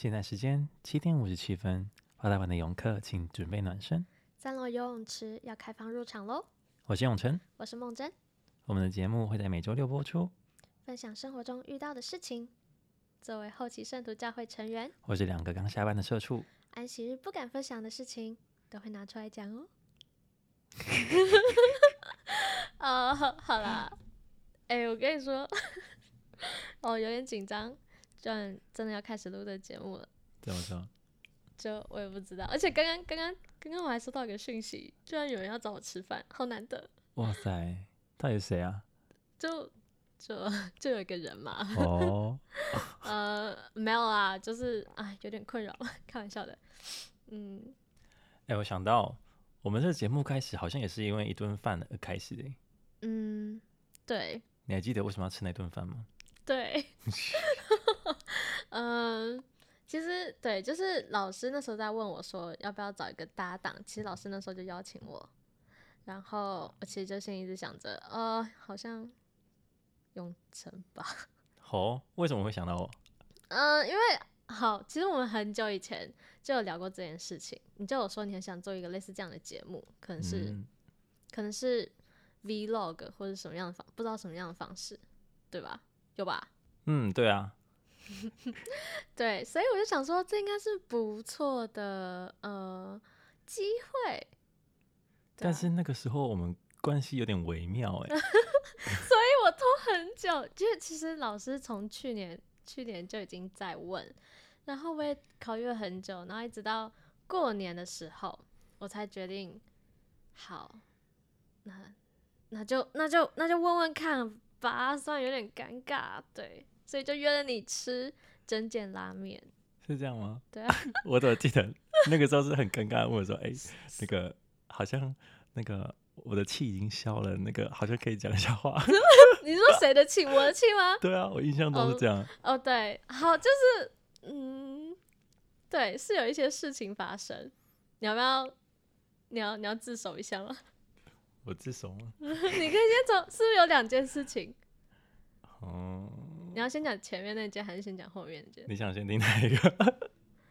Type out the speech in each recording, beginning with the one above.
现在时间7:57，滑台湾的泳客请准备暖身。 三楼游泳池要开放入场喽！ 我是永成， 我是梦真， 我们的节目会在每周六播出， 分享生活中遇到的事情。作为后期圣徒教会成员， 或是2个刚下班的社畜， 安息日不敢分享的事情，都会拿出来讲哦。好啦，我跟你说，有点紧张，居然真的要开始录这节目了。 怎么说？ 就我也不知道，而且刚刚我还收到一个讯息，居然有人要找我吃饭，好难得。 哇塞，到底是谁啊？ 就有一个人嘛。 哦， 没有啦，就是有点困扰，开玩笑的。 我想到我们这个节目开始好像也是因为一顿饭而开始的。 对。 你还记得为什么要吃那顿饭吗？ 对。其实对，就是老师那时候在问我说要不要找一个搭档，其实老师那时候就邀请我，然后我其实就心里一直想着，好像永成吧。 为什么会想到我？ 因为其实我们很久以前就有聊过这件事情，你就有说你很想做一个类似这样的节目，可能是 vlog 或者什么样的不知道什么样的方式，对吧？有吧？ 对啊。 对，所以我就想说，这应该是不错的机会。 但是那个时候我们关系有点微妙所以我拖很久，其实老师从去年就已经在问，然后我也考虑了很久，然后一直到过年的时候，我才决定，好，那就问问看吧，虽然有点尴尬，对，所以就约了你吃蒸煎拉面。 是这样吗？ 对啊。 我怎么记得那个时候是很尴尬的问我说，那个好像那个我的气已经消了，那个好像可以讲笑话。 你说谁的气？我的气吗？ 对啊，我印象中是这样。 对，好，就是对，是有一些事情发生，你要不要？你要自首一下吗？ 我自首吗？ 你可以先从，是不是有2件事情？你要先讲前面那件，还是先讲后面那件？ 你想先听哪一个？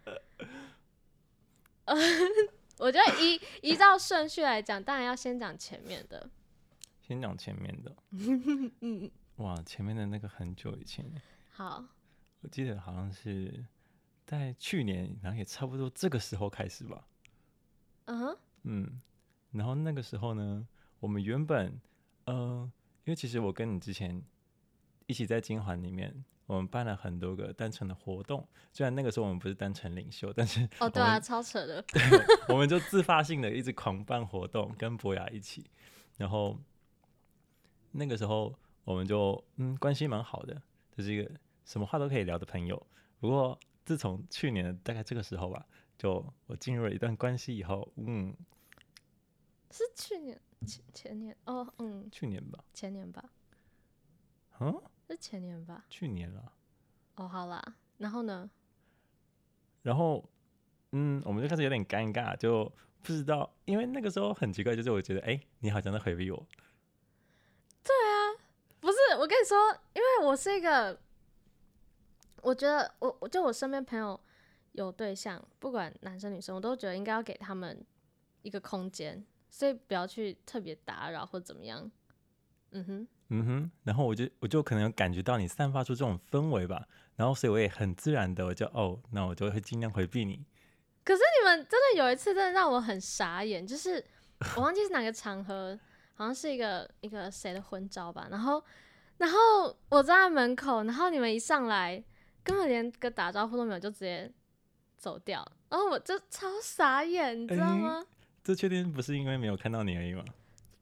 我觉得依照顺序来讲，当然要先讲前面的。 先讲前面的。哇，前面的那个很久以前。 好， 我记得好像是在去年，然后也差不多这个时候开始吧。然后那个时候呢，我们原本因为其实我跟你之前一起在金环里面，我们办了很多个单纯的活动，虽然那个时候我们不是单纯领袖，但是对啊，超扯的。 对，我们就自发性的一直狂办活动，跟博雅一起，然后那个时候我们就关系蛮好的，就是一个什么话都可以聊的朋友。不过自从去年的大概这个时候吧，就我进入了一段关系以后， 是去年前年去年吧， 前年吧，是前年吧， 去年了。 好啦，然后呢？ 然后我们就开始有点尴尬，就不知道，因为那个时候很奇怪，就是我觉得你好像在回避我。 对啊，不是，我跟你说，因为我是一个，我觉得我身边朋友有对象，不管男生女生，我都觉得应该要给他们一个空间，所以不要去特别打扰或怎么样。 然后我就可能有感觉到你散发出这种氛围吧，然后所以我也很自然的那我就会尽量回避你。 可是你们真的有一次真的让我很傻眼，就是我忘记是哪个场合，好像是一个谁的婚招吧，然后我站在门口，然后你们一上来根本连个打招呼都没有，就直接走掉，然后我就超傻眼，你知道吗？ 这确定不是因为没有看到你而已吗？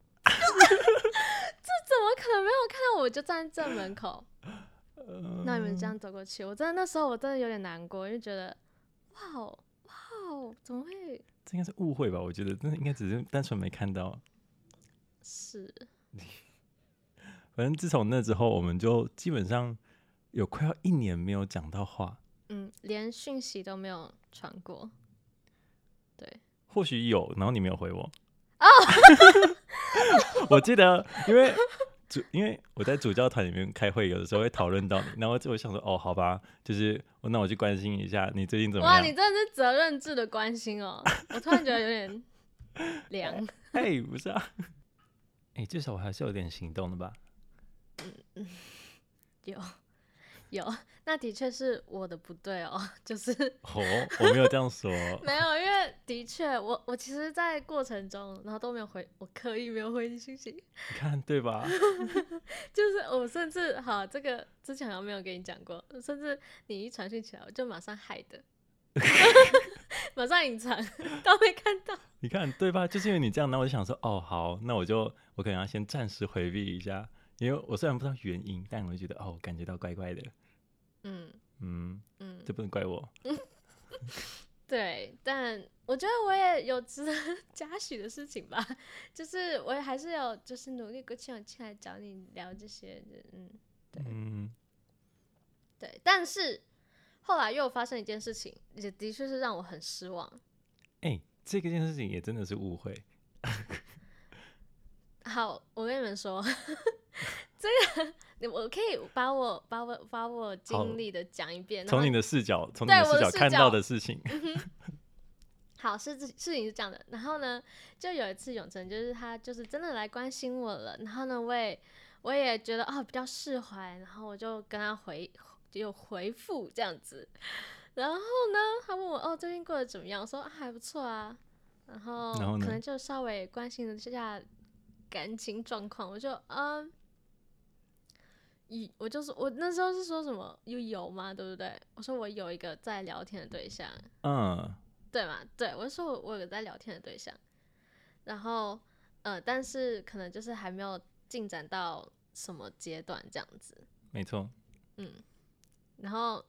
这怎么可能没有看到我就站在正门口？那你们这样走过去，那时候我真的有点难过，因为觉得哇，怎么会？ 这应该是误会吧？我觉得这应该只是单纯没看到。 是。 反正自从那之后，我们就基本上有快要1年没有讲到话。 连讯息都没有传过。对。 或许有，然后你没有回我。我记得，因为因为我在主教团里面开会，有的时候会讨论到你，然后我想说，哦，好吧，就是那我去关心一下你最近怎么哇， 样。 你真的是责任制的关心哦，我突然觉得有点凉。 哎，不是啊，哎，至少我还是有点行动的吧？ 有，那的确是我的不对哦，就是哦，我没有这样说。 没有，因为的确我其实，在过程中，然后都没有回，我刻意没有回你信息， 你看对吧？ 就是我甚至好这个之前好像没有跟你讲过，甚至你一传讯起来，我就马上害的，马上隐藏，都没看到。 你看对吧？就是因为你这样，那我就想说，哦，好，那我可能要先暂时回避一下，因为我虽然不知道原因，但我就觉得哦，感觉到怪怪的。这不能怪我。 对，但我觉得我也有值得嘉许的事情吧，就是我也还是有就是努力鼓起勇气来找你聊这些的，对，对，但是后来又发生一件事情，也的确是让我很失望。 这件事情也真的是误会。 好，我跟你们说，这个我可以把我经历的讲一遍， 从你的视角对看到的事情。 好，事情是这样的，然后呢，就有一次永成就是他就是真的来关心我了，然后呢，我也觉得比较释怀，然后我就跟他有回复这样子，然后呢，他问我最近过得怎么样，我说还不错啊，然后可能就稍微关心了一下感情状况，我就我那时候是说什么有吗？对不对？我说我有一个在聊天的对象，对嘛？对，我就说我有个在聊天的对象，然后但是可能就是还没有进展到什么阶段这样子。 没错。 然后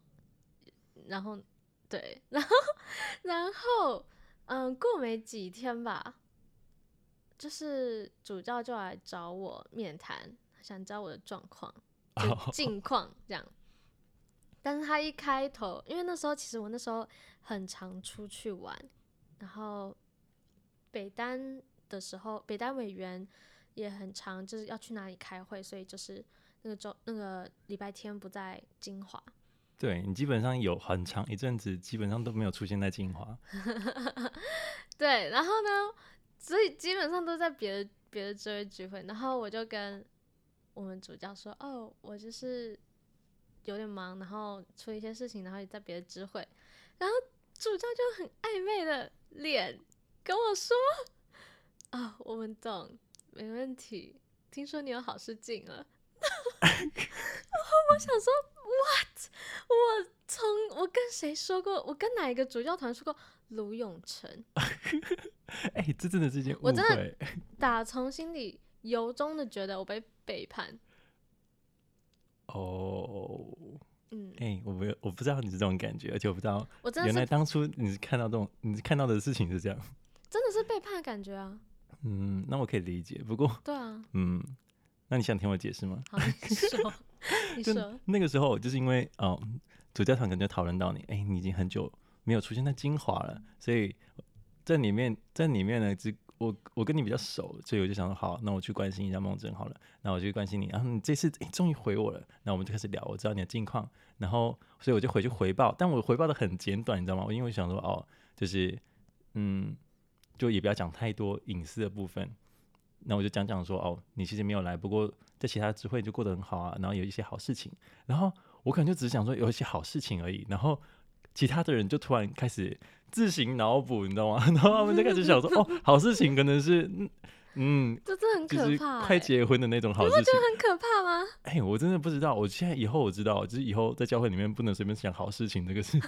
对，然后过没几天吧，就是主教就来找我面谈，想知道我的状况，就近况这样。但是他一开头，因为那时候其实我那时候很常出去玩，然后北单的时候，北单委员也很常就是要去哪里开会，所以就是那个礼拜天不在金华。 对，你基本上有很长一阵子基本上都没有出现在金华。 对，然后呢，所以基本上都在别的职位聚会，然后我就跟我们主教说，我就是有点忙，然后处理一些事情，然后也在别的支会，然后主教就很暧昧的脸跟我说，我们懂，没问题，听说你有好事进了。然后我想说 ，what？我跟谁说过？我跟哪一个主教团说过卢永成？ 这真的是一件误会。 我真的打从心里由衷的觉得我被背叛。 我不知道你是这种感觉，而且我不知道原来当初你看到的事情是这样， 真的是背叛的感觉啊。 那我可以理解，不过对啊， 那你想听我解释吗？ 好，你说， 那个时候就是因为主教团可能就讨论到你，你已经很久没有出现在金华了，所以在里面呢，我跟你比较熟，所以我就想说，好，那我去关心一下梦真好了。那我去关心你，然后你这次终于回我了，那我们就开始聊，我知道你的近况，然后所以我就回去回报，但我回报的很简短，你知道吗？因为我想说，就是就也不要讲太多隐私的部分。那我就讲说，你其实没有来，不过在其他支会就过得很好啊，然后有一些好事情，然后我可能就只是想说有一些好事情而已，然后其他的人就突然开始自行脑补，你知道吗？然后他们就开始想说，好事情可能是， 这真的很可怕， 就是快结婚的那种好事情， 你不觉得很可怕吗？ 我真的不知道，以后我知道，就是以后在教会里面不能随便讲好事情这个事。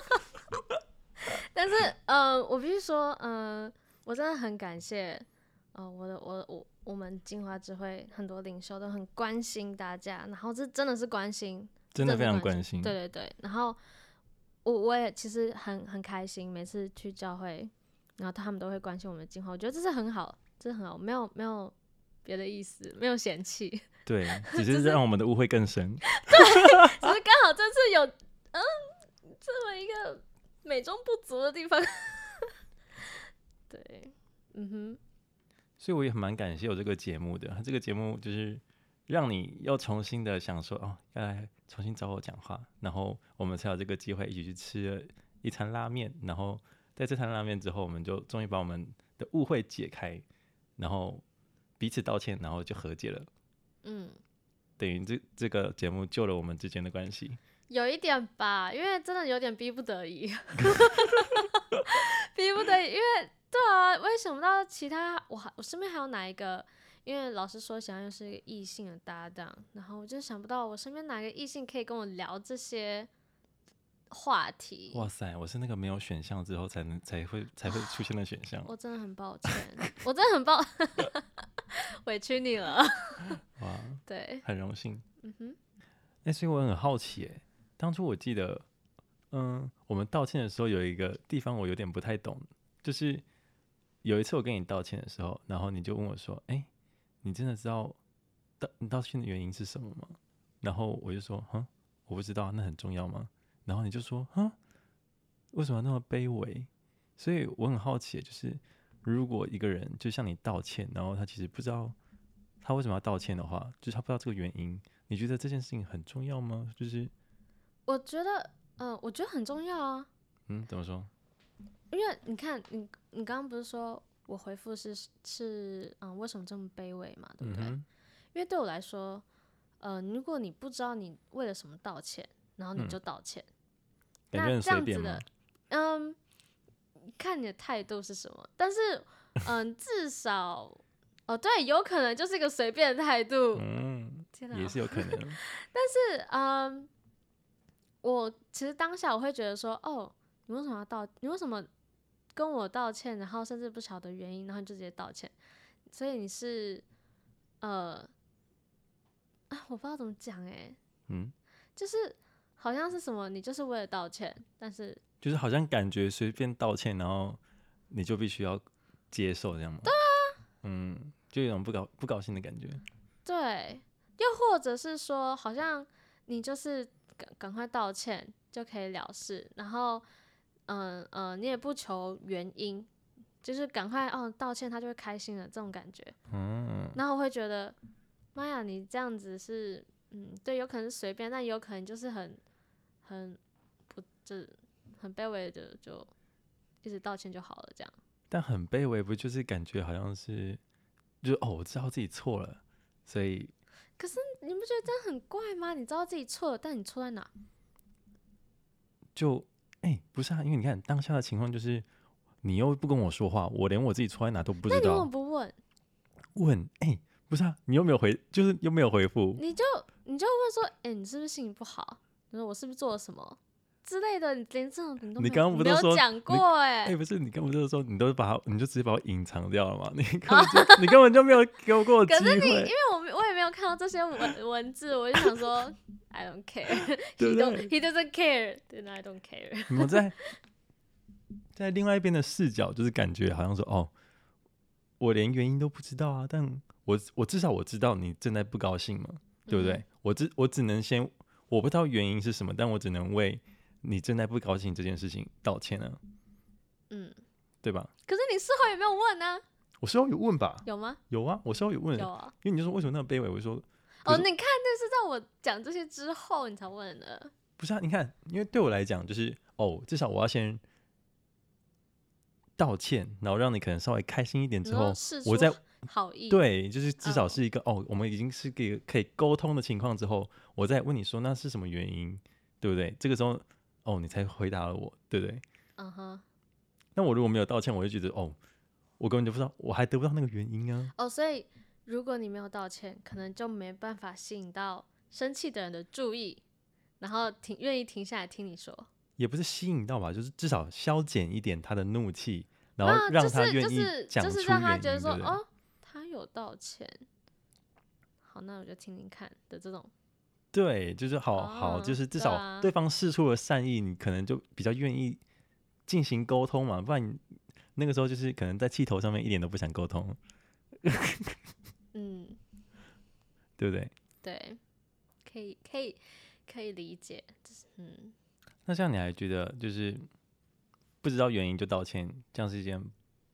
但是我必须说，我真的很感谢。我们金华支会很多领袖都很关心大家，然后这真的是关心， 真的非常关心。 对对对，然后我也其实很开心，每次去教会，然后他们都会关心我们的金华，我觉得这是很好，这是很好，没有别的意思，没有嫌弃。 对，只是让我们的误会更深。 对，只是刚好这次有这么一个美中不足的地方。对， 所以我也蛮感谢有这个节目的，这个节目就是让你又重新的想说哦，要来重新找我讲话，然后我们才有这个机会一起去吃了一餐拉面，然后在这餐拉面之后，我们就终于把我们的误会解开，然后彼此道歉，然后就和解了。等于这个节目救了我们之间的关系。 有一点吧，因为真的有点逼不得已，逼不得已，因为对啊，我也想不到其他，我身边还有哪一个，因为老师说想要又是一个异性的搭档，然后我就想不到我身边哪个异性可以跟我聊这些话题。 哇塞，我是那个没有选项之后才会出现的选项。 我真的很抱歉，我真的很委屈你了。 哇， 对， 很荣幸。所以我很好奇，当初我记得，我们道歉的时候有一个地方我有点不太懂，就是有一次我跟你道歉的时候，然后你就问我说：“你真的知道你道歉的原因是什么吗？”然后我就说：“我不知道，那很重要吗？”然后你就说：“为什么那么卑微？”所以我很好奇，就是如果一个人就向你道歉，然后他其实不知道他为什么要道歉的话，就是他不知道这个原因，你觉得这件事情很重要吗？就是我觉得很重要啊。 怎么说？ 因为你看，你刚刚不是说我回复是为什么这么卑微嘛，对不对？因为对我来说，如果你不知道你为了什么道歉，然后你就道歉， 感觉很这样随便吗？ 子的，看你的态度是什么。但是，至少，对，有可能就是一个随便的态度，天哪， 也是有可能。 但是，我其实当下我会觉得说，你为什么要你为什么跟我道歉，然后甚至不晓得原因，然后你就直接道歉？所以你是，我不知道怎么讲就是好像是什么，你就是为了道歉，但是就是好像感觉随便道歉，然后你就必须要接受这样吗？对啊，就有一种不高兴的感觉。 对，又或者是说，好像你就是赶快道歉就可以了事，然后你也不求原因，就是赶快道歉，他就会开心了这种感觉。然后我会觉得，妈呀，你这样子是对，有可能是随便，但有可能就是很不就是很卑微的，就一直道歉就好了这样。 但很卑微，不就是感觉好像是，就是我知道自己错了，所以可是你不觉得这样很怪吗？你知道自己错了，但你错在哪？ 就不是啊，因为你看当下的情况就是，你又不跟我说话，我连我自己错在哪都不知道。 那你为什么不问？ 问不是啊，你又没有回，就是又没有回复， 你就问说，你是不是心情不好？你说我是不是做了什么之类的？你连这种你都没有， 你刚刚不都说没有讲过不是你刚不就是说你就直接把我隐藏掉了吗？你根本就没有给我过机会。 可是因为我也没有看到这些文字，我就想说 I don't care， he doesn't care，then I don't care。 我在另外一边的视角，就是感觉好像说我连原因都不知道啊，但我至少我知道你正在不高兴嘛，对不对？我只能先我不知道原因是什么，但我只能为你正在不高兴这件事情道歉啊，对吧？ 可是你事后也没有问啊？ 我事后有问吧？ 有吗？ 有啊，我事后有问， 有啊。 因为你就说为什么那么卑微，我就说你看，那是在我讲这些之后你才问的。 不是啊，你看，因为对我来讲就是至少我要先道歉，然后让你可能稍微开心一点之后，我再好意， 对，就是至少是一个我们已经是可以沟通的情况之后，我再问你说那是什么原因，对不对？这个时候你才回答了我，对不对？那我如果没有道歉，我就觉得我根本就不知道，我还得不到那个原因啊。 所以如果你没有道歉，可能就没办法吸引到生气的人的注意，然后愿意停下来听你说。 也不是吸引到吧，就是至少消减一点他的怒气，然后让他愿意讲出原因， 就是让他觉得说对不对？ 他有道歉，好，那我就听听看的这种。 对，就是好，就是至少对方释出了善意，你可能就比较愿意进行沟通嘛，不然你那个时候就是可能在气头上面一点都不想沟通，对不对？ 对，可以理解， 那像你还觉得就是不知道原因就道歉，这样是一件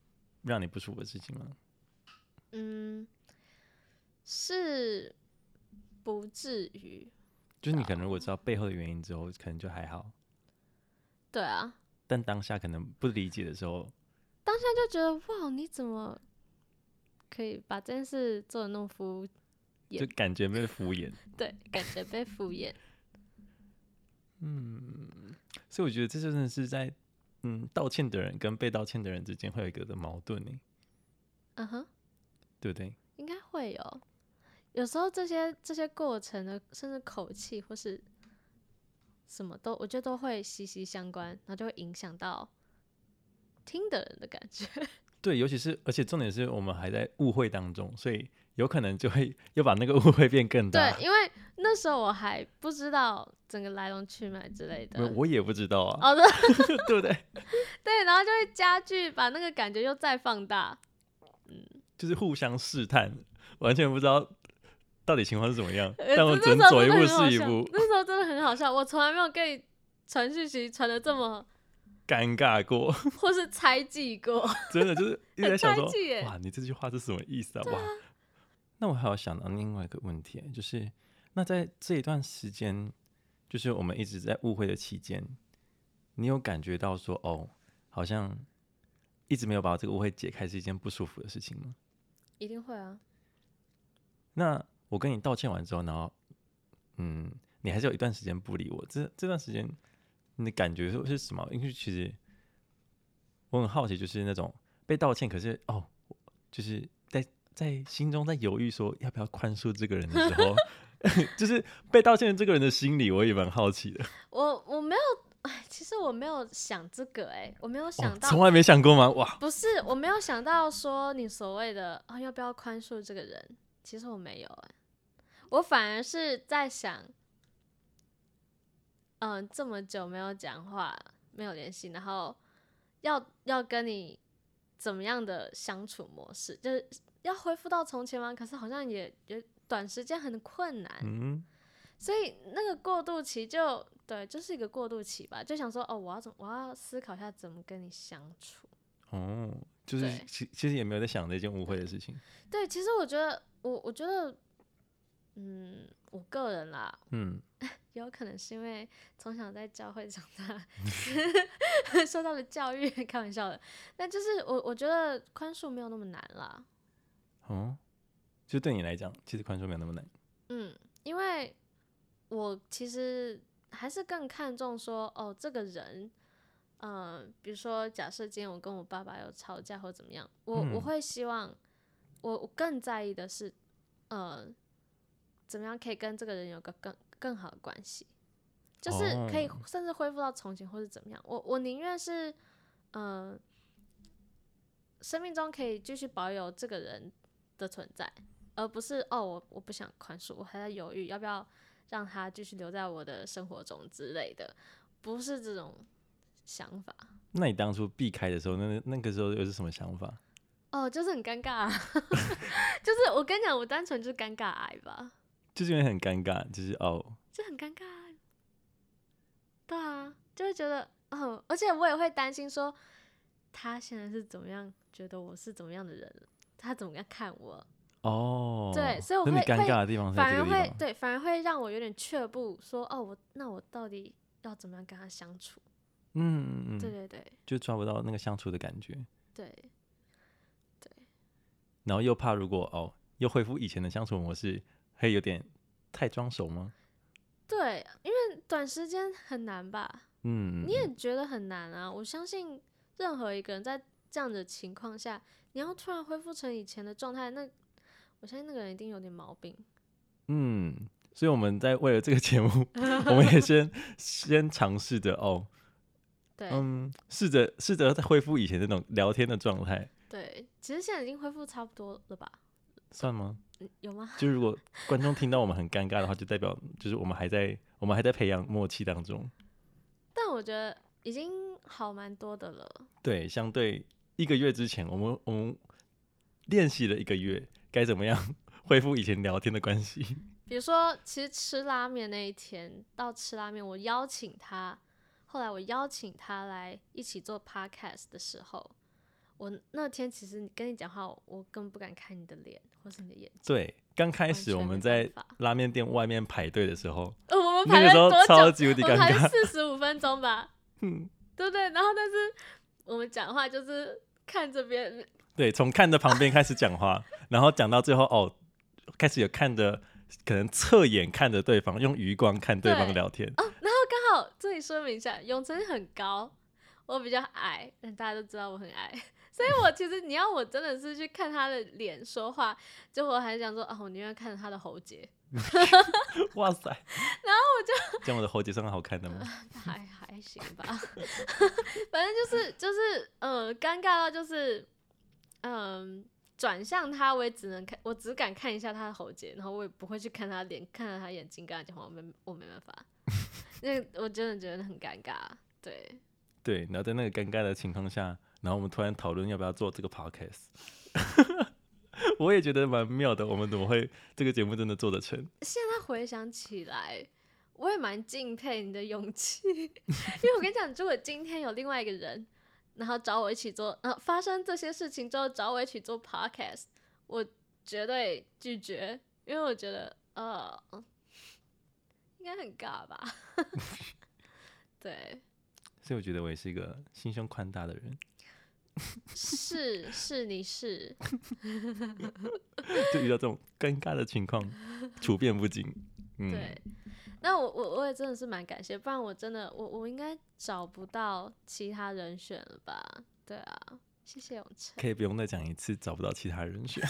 让你不舒服的事情吗？ 是不至于。 就是你可能如果知道背后的原因之后，可能就还好。 对啊， 但当下可能不理解的时候， 当下就觉得哇，你怎么可以把这件事做的那么敷衍？ 就感觉被敷衍。 对，感觉被敷衍。 所以我觉得这真的是在道歉的人跟被道歉的人之间会有一个的矛盾呢。 嗯哼， 对不对？ 应该会有。有时候这些过程的，甚至口气或是什么都，我觉得都会息息相关，然后就会影响到听的人的感觉。 对，尤其是而且重点是我们还在误会当中，所以有可能就会又把那个误会变更大。 对，因为那时候我还不知道整个来龙去脉之类的。 我也不知道啊。 哦，对对不对？ 对，然后就会加剧，把那个感觉又再放大。 就是互相试探，完全不知道到底情况是怎么样，但我那只能走一步时候真的很好笑， 是一步。 那时候真的很好笑，我从来没有跟你传讯息传的这么， 尴尬过， 或是猜忌过。 真的就是一直在想说很猜忌耶， 哇，你这句话是什么意思啊？哇，那我还有想到另外一个问题，就是那在这一段时间，就是我们一直在误会的期间，你有感觉到说哦，好像一直没有把这个误会解开是一件不舒服的事情吗？ 一定会啊。 那我跟你道歉完之后，然后你还是有一段时间不理我，这段时间你的感觉是什么？因为其实我很好奇，就是那种被道歉，可是就是在心中在犹豫说要不要宽恕这个人的时候，就是被道歉的这个人的心理，我也蛮好奇的。 我没有，其实我没有想这个，我没有想到， 从来没想过吗？哇， 不是，我没有想到说你所谓的要不要宽恕这个人，其实我没有，我反而是在想，这么久没有讲话，没有联系，然后要跟你怎么样的相处模式，就是要恢复到从前吗？可是好像也短时间很困难，所以那个过渡期对，就是一个过渡期吧，就想说我要思考一下怎么跟你相处。 就是其实也没有在想这件误会的事情。 对，其实我觉得我觉得，我个人啦，也有可能是因为从小在教会长大，受到的教育，开玩笑的。但就是我觉得宽恕没有那么难啦。 就对你来讲，其实宽恕没有那么难。 因为我其实还是更看重说，这个人，比如说假设今天我跟我爸爸有吵架或怎么样，我会希望我更在意的是，怎么样可以跟这个人有个更好的关系，就是可以甚至恢复到从前或是怎么样。我宁愿是，生命中可以继续保有这个人的存在，而不是我不想宽恕，我还在犹豫要不要让他继续留在我的生活中之类的，不是这种想法。 那你当初避开的时候，那个时候又是什么想法？ 就是很尴尬啊，就是我跟你讲，我单纯就是尴尬癌吧， 就是因为很尴尬，就是就很尴尬啊。对啊，就会觉得而且我也会担心说，他现在是怎么样觉得我是怎么样的人，他怎么样看我。对，所以我会尴尬的地方反而会对，反而会让我有点却步，说那我到底要怎么样跟他相处？对对对， 就抓不到那个相处的感觉。 对对， 然后又怕如果又恢复以前的相处模式，会有点太装熟吗？ 对，因为短时间很难吧？你也觉得很难啊？我相信任何一个人在这样的情况下，你要突然恢复成以前的状态，那我相信那个人一定有点毛病。 所以我们在为了这个节目，我们也先尝试着对， 试着再恢复以前那种聊天的状态。 对，其实现在已经恢复差不多了吧？ 算吗？ 有吗？ 就如果观众听到我们很尴尬的话，就代表就是我们还在培养默契当中。 但我觉得已经好蛮多的了。 对，相对1个月之前，我们练习了1个月，该怎么样恢复以前聊天的关系？ 比如说，其实吃拉面那一天到吃拉面，后来我邀请他来一起做 podcast 的时候，我那天其实跟你讲话，我根本不敢看你的脸或是你的眼睛。 对， 刚开始我们在拉面店外面排队的时候， 我们那个时候排了多久？ 超级无敌尴我们排了尬， 45分钟吧，对不对？然后但是我们讲话就是看这边， 对，从看着旁边开始讲话，然后讲到最后哦，开始有看着，可能侧眼看着对方，用余光看对方聊天。 然后刚好这里说明一下，永成很高，我比较矮，但大家都知道我很矮，所以我其实你要我真的是去看他的脸说话，就我还想说我宁愿看着他的喉结。 哇塞！ 然后我就这样我的喉结算好看的吗？ 还行吧，反正就是尴尬到就是转向他，我只敢看一下他的喉结，然后我也不会去看他脸，看到他眼睛跟他讲话，我没办法，因为我真的觉得很尴尬，对。 对，然后在那个尴尬的情况下，然后我们突然讨论要不要做这个 podcast， 我也觉得蛮妙的，我们怎么会这个节目真的做得成？ 现在回想起来，我也蛮敬佩你的勇气，因为我跟你讲，如果今天有另外一个人，然后找我一起做，发生这些事情之后找我一起做 podcast， 我绝对拒绝，因为我觉得应该很尬吧，对。 所以我觉得我也是一个心胸宽大的人， 你是， 就遇到这种尴尬的情况，处变不惊。 对。那我也真的是蛮感谢，不然我真的我应该找不到其他人选了吧？对啊，谢谢永成。 可以不用再讲一次找不到其他人选。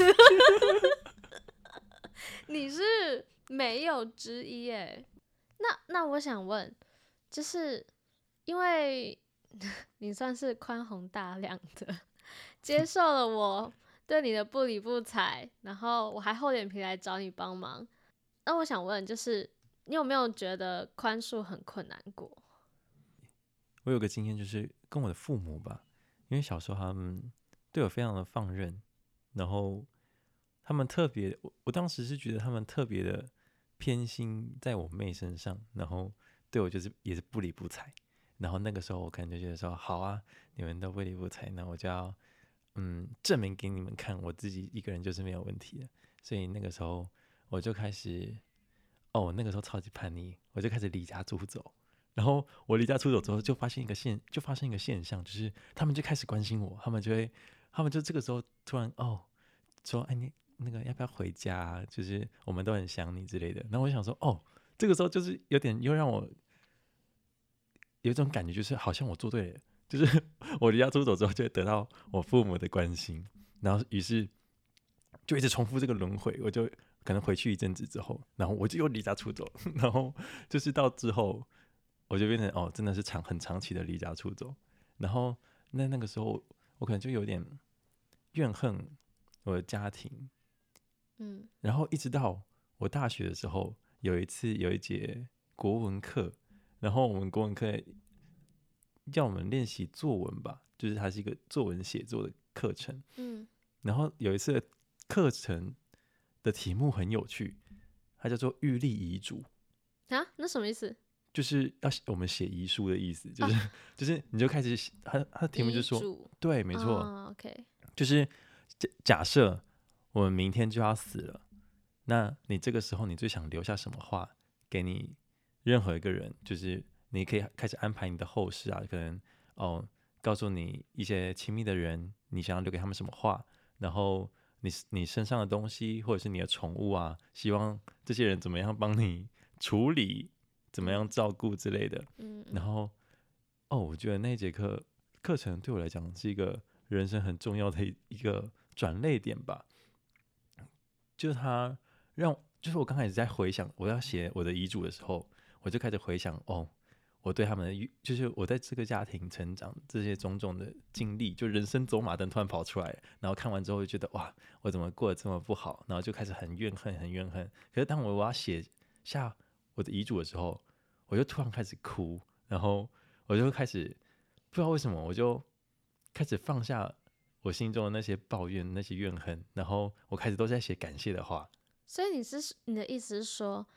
你是没有之一耶。那我想问，就是因为你算是宽宏大量的接受了我对你的不理不睬，然后我还厚脸皮来找你帮忙。那我想问，就是你有没有觉得宽恕很困难过？ 我有个经验，就是跟我的父母吧，因为小时候他们对我非常的放任，然后他们特别，我当时是觉得他们特别的偏心在我妹身上，然后对我就是也是不理不睬。然后那个时候我可能就觉得说，好啊，你们都不理不睬，那我就要证明给你们看，我自己一个人就是没有问题的。所以那个时候我就开始，那个时候超级叛逆，我就开始离家出走。然后我离家出走之后，就发生一个现象，就是他们就开始关心我，他们就这个时候突然说，哎，你那个要不要回家啊？就是我们都很想你之类的。然后我想说，这个时候就是有点又让我有一种感觉，就是好像我做对了，就是我离家出走之后就会得到我父母的关心，然后于是就一直重复这个轮回，我就可能回去一阵子之后，然后我就又离家出走，然后就是到之后我就变成真的是很长期的离家出走，然后那个时候我可能就有点怨恨我的家庭，然后一直到我大学的时候，有一节国文课，然后我们国文课要我们练习作文吧，就是它是一个作文写作的课程，然后有一次的课程的题目很有趣，它叫做预立遗嘱啊，那什么意思？ 就是要我们写遗书的意思，就是你就开始写，它的题目就是说，对，没错 ，OK， 就是假设我们明天就要死了，那你这个时候你最想留下什么话给你任何一个人？就是你可以开始安排你的后事啊，可能告诉你一些亲密的人，你想要留给他们什么话，然后你身上的东西或者是你的宠物啊，希望这些人怎么样帮你处理，怎么样照顾之类的。然后我觉得那一节课程对我来讲是一个人生很重要的一个转捩点吧，就是它就是我刚开始在回想我要写我的遗嘱的时候，我就开始回想我对他们的，就是我在这个家庭成长这些种种的经历，就人生走马灯突然跑出来，然后看完之后就觉得哇，我怎么过得这么不好，然后就开始很怨恨。可是当我要写下我的遗嘱的时候，我就突然开始哭，然后我就开始不知道为什么，我就开始放下我心中的那些抱怨、那些怨恨，然后我开始都在写感谢的话。 所以你的意思是说，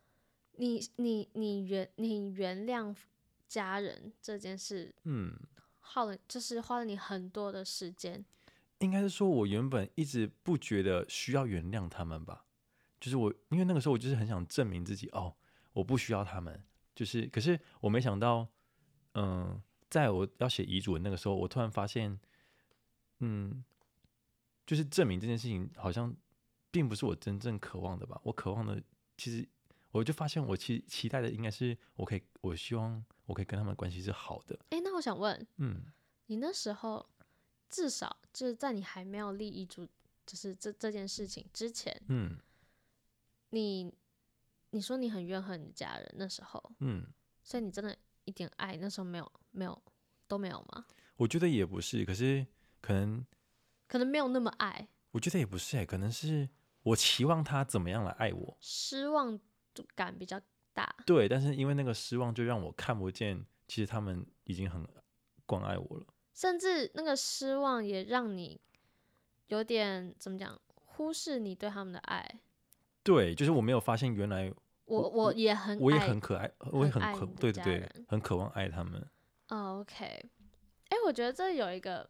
你原谅家人这件事，就是花了你很多的时间。 应该是说，我原本一直不觉得需要原谅他们吧， 就是因为那个时候我就是很想证明自己，我不需要他们，就是可是我没想到，在我要写遗嘱的那个时候，我突然发现，就是证明这件事情好像并不是我真正渴望的吧。我渴望的其实，我就发现我其实期待的应该是我希望我可以跟他们的关系是好的。 那我想问，你那时候至少就是在你还没有立遗嘱，就是这件事情之前，你说你很怨恨你家人那时候，所以你真的一点爱那时候都没有吗？ 我觉得也不是，可是可能没有那么爱。 我觉得也不是可能是我期望他怎么样来爱我， 失望感比较大。 对，但是因为那个失望，就让我看不见，其实他们已经很关爱我了。 甚至那个失望也让你有点怎么讲，忽视你对他们的爱。 对，就是我没有发现原来我也很我也很可爱，我也很对对对，很渴望爱他们。 OK， 我觉得这有一个，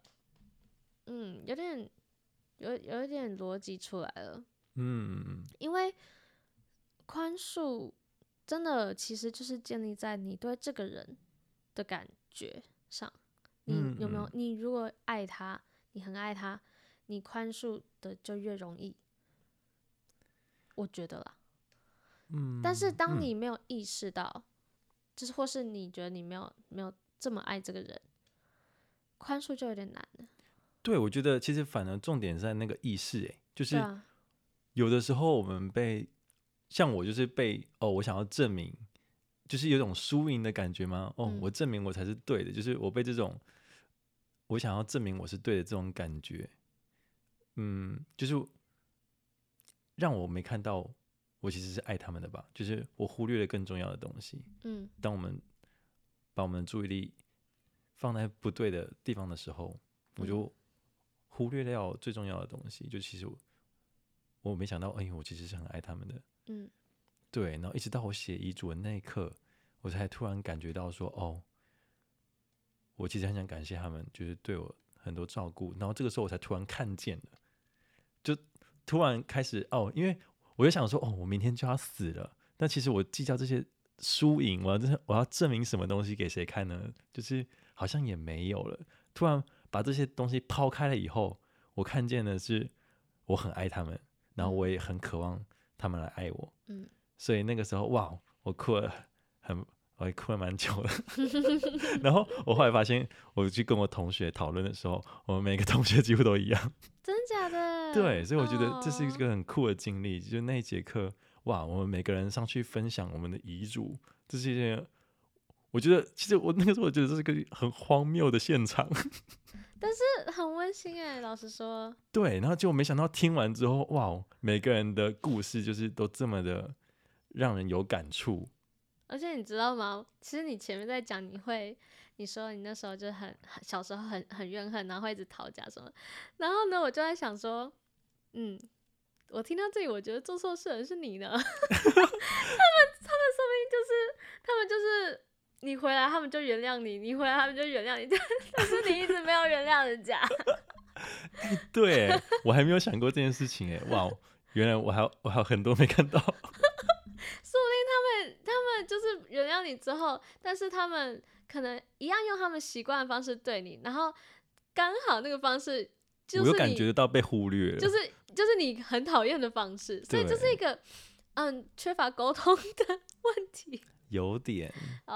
有一点逻辑出来了。因为宽恕真的其实就是建立在你对这个人的感觉上。你有没有？你如果爱他，你很爱他，你宽恕的就越容易。我觉得啦。但是当你没有意识到，就是或是你觉得你没有这么爱这个人，宽恕就有点难了。 对，我觉得其实反而重点是在那个意识，就是有的时候我们像我就是我想要证明，就是有种输赢的感觉吗？我证明我才是对的，就是我被这种我想要证明我是对的这种感觉，就是让我没看到我其实是爱他们的吧，就是我忽略了更重要的东西。当我们把我们的注意力放在不对的地方的时候，我就忽略掉最重要的东西。就其实我没想到，我其实是很爱他们的。对，然后一直到我写遗嘱的那一刻，我才突然感觉到说，我其实很想感谢他们，就是对我很多照顾。然后这个时候我才突然看见了，就突然开始因为我就想说，我明天就要死了，但其实我计较这些输赢，我要证明什么东西给谁看呢？就是好像也没有了。突然把这些东西抛开了以后，我看见的是我很爱他们，然后我也很渴望他们来爱我。所以那个时候，哇，我也哭了蛮久的。然后我后来发现，我去跟我同学讨论的时候，我们每个同学几乎都一样。 真假的？ 对，所以我觉得这是一个很酷的经历。就那一节课，哇，我们每个人上去分享我们的遗嘱，这是一件，我觉得其实我那个时候我觉得这是个很荒谬的现场。 但是很温馨老实说。 对，然后结果没想到听完之后，哇，每个人的故事就是都这么的让人有感触。 而且你知道吗？其实你前面在讲，你说你那时候就小时候很怨恨，然后会一直讨价什么。然后呢，我就在想说，我听到这里，我觉得做错事的是你呢。他们说不定他们就是你回来，他们就原谅你；你回来，他们就原谅你。但是你一直没有原谅人家。 对，我还没有想过这件事情哇，原来我还有很多没看到。 说不定他们就是原谅你之后，但是他们可能一样用他们习惯的方式对你，然后刚好那个方式就是我又感觉得到被忽略了， 就是你很讨厌的方式，所以这是一个缺乏沟通的问题。 有点。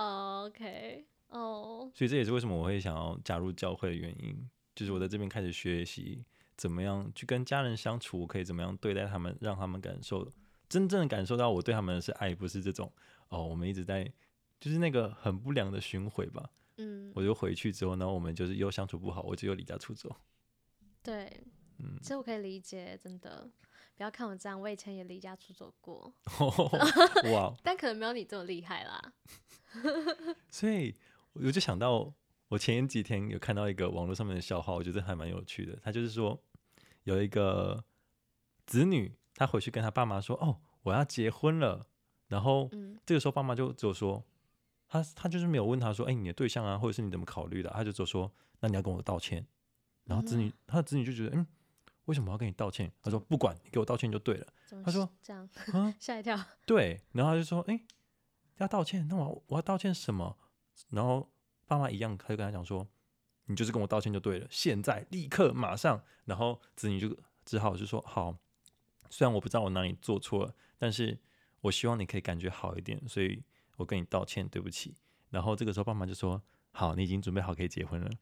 OK， 所以这也是为什么我会想要加入教会的原因，就是我在这边开始学习怎么样去跟家人相处，可以怎么样对待他们，让他们真正的感受到我对他们的是爱，不是这种我们一直在就是那个很不良的巡回吧。我就回去之后，然后我们就是又相处不好，我就又离家出走。 对，其实我可以理解，真的。不要看我这样，我以前也离家出走过。 哇！ 但可能没有你这么厉害啦。 所以我就想到，我前几天有看到一个网络上面的笑话，我觉得还蛮有趣的。他就是说，有一个子女，他回去跟他爸妈说：“我要结婚了。”然后这个时候爸妈就只有说，他就是没有问他说：“你的对象啊，或者是你怎么考虑的？”他就只有说：“那你要跟我道歉。”然后他的子女就觉得， 为什么要跟你道歉？他说不管，你给我道歉就对了。 怎么他说这样？ 啊， 吓一跳。 对，然后他就说，要道歉，那我要道歉什么？然后爸妈一样，他就跟他讲说，你就是跟我道歉就对了，现在立刻马上。然后子女就只好就说好，虽然我不知道我哪里做错了，但是我希望你可以感觉好一点，所以我跟你道歉，对不起。然后这个时候爸妈就说好，你已经准备好可以结婚了。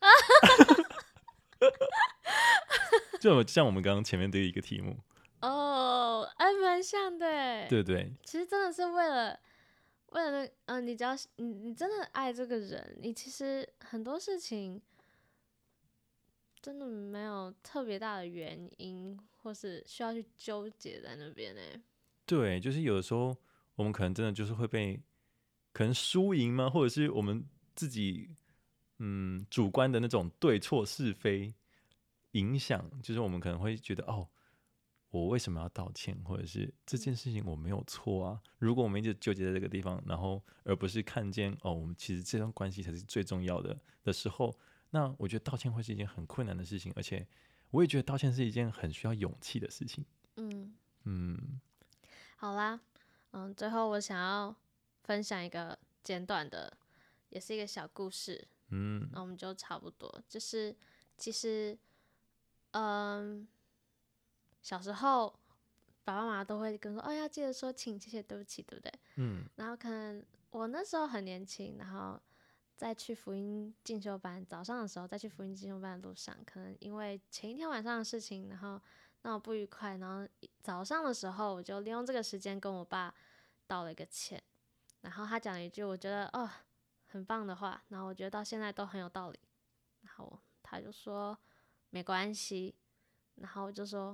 就像我们刚刚前面的一个题目， 哦，还蛮像的耶。 对对其实真的是为了你只要你真的爱这个人，你其实很多事情真的没有特别大的原因，或是需要去纠结在那边呢。 对，就是有的时候我们可能真的就是会被可能输赢吗，或者是我们自己主观的那种对错是非影响，就是我们可能会觉得哦，我为什么要道歉，或者是这件事情我没有错啊。如果我们一直纠结在这个地方，然后而不是看见哦，我们其实这段关系才是最重要的时候，那我觉得道歉会是一件很困难的事情，而且我也觉得道歉是一件很需要勇气的事情。 嗯， 嗯好啦，最后我想要分享一个简短的，也是一个小故事， 嗯那我们就差不多，就是其实，小时候爸爸妈妈都会跟说，哦，要记得说请、谢谢、对不起，对不对？ 嗯然后可能我那时候很年轻，然后在去福音进修班，早上的时候在去福音进修班的路上，可能因为前一天晚上的事情，然后闹得不愉快，然后早上的时候我就利用这个时间跟我爸道了一个歉，然后他讲了一句我觉得很棒的话，然后我觉得到现在都很有道理，然后他就说没关系，然后我就说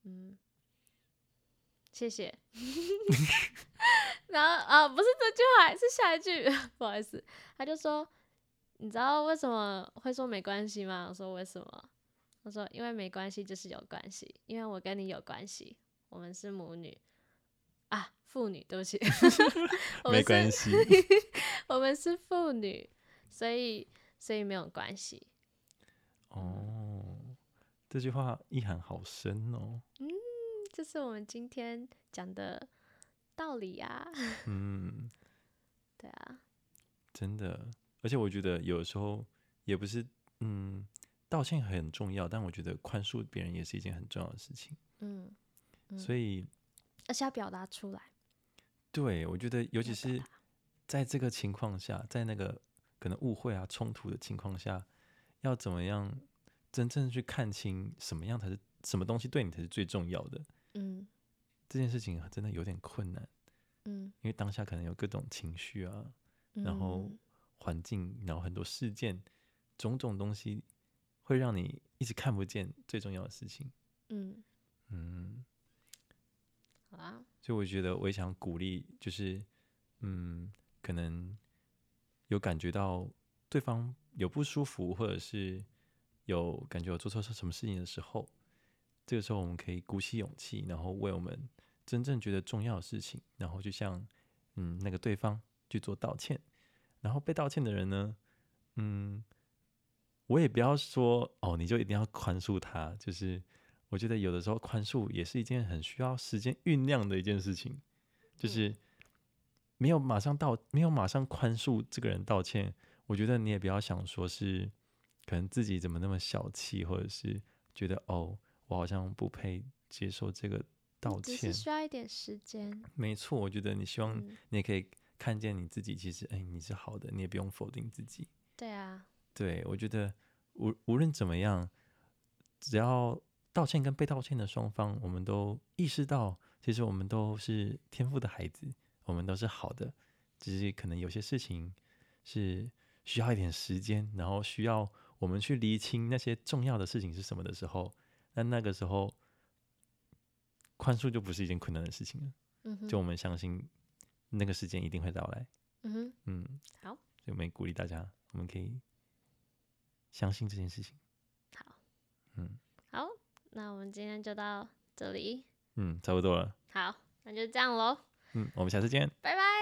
谢谢，然后不是这句话，是下一句，不好意思，他就说你知道为什么会说没关系吗？我说为什么？他说因为没关系就是有关系，因为我跟你有关系，我们是母女父女，对不起， 没关系。 我们是父女，所以没有关系。 哦，这句话意涵好深哦。 这是我们今天讲的道理啊。 嗯， 对啊， 真的，而且我觉得有时候也不是，道歉很重要，但我觉得宽恕别人也是一件很重要的事情。 嗯， 所以， 而且要表达出来， 对，我觉得尤其是要表达。 在这个情况下，在那个可能误会啊、冲突的情况下，要怎么样真正去看清什么样才是什么东西对你才是最重要的， 嗯这件事情真的有点困难， 嗯因为当下可能有各种情绪啊，然后嗯环境，然后很多事件，种种东西会让你一直看不见最重要的事情。 嗯， 嗯， 好啦， 所以我觉得我也想鼓励，就是可能有感觉到对方有不舒服，或者是有感觉有做错什么事情的时候，这个时候我们可以鼓起勇气，然后为我们真正觉得重要的事情，然后就像那个对方去做道歉，然后被道歉的人呢，我也不要说哦，你就一定要宽恕他，就是我觉得有的时候宽恕也是一件很需要时间酝酿的一件事情，就是没有马上宽恕这个人道歉，我觉得你也不要想说是可能自己怎么那么小气，或者是觉得哦，我好像不配接受这个道只是歉。 需要一点时间。 没错，我觉得你希望嗯， 你也可以看见你自己，其实你是好的，你也不用否定自己。 对啊， 对，我觉得无论怎么样，只要道歉跟被道歉的双方，我们都意识到，其实我们都是天赋的孩子，我们都是好的，只是可能有些事情是需要一点时间，然后需要我们去厘清那些重要的事情是什么的时候，那个时候宽恕就不是一件困难的事情了。 嗯哼， 就我们相信那个时间一定会到来。 嗯哼， 嗯， 好， 所以我们也鼓励大家，我们可以相信这件事情。 好， 嗯好，那我们今天就到这里， 差不多了。 好，那就这样喽， 我们下次见。 拜拜。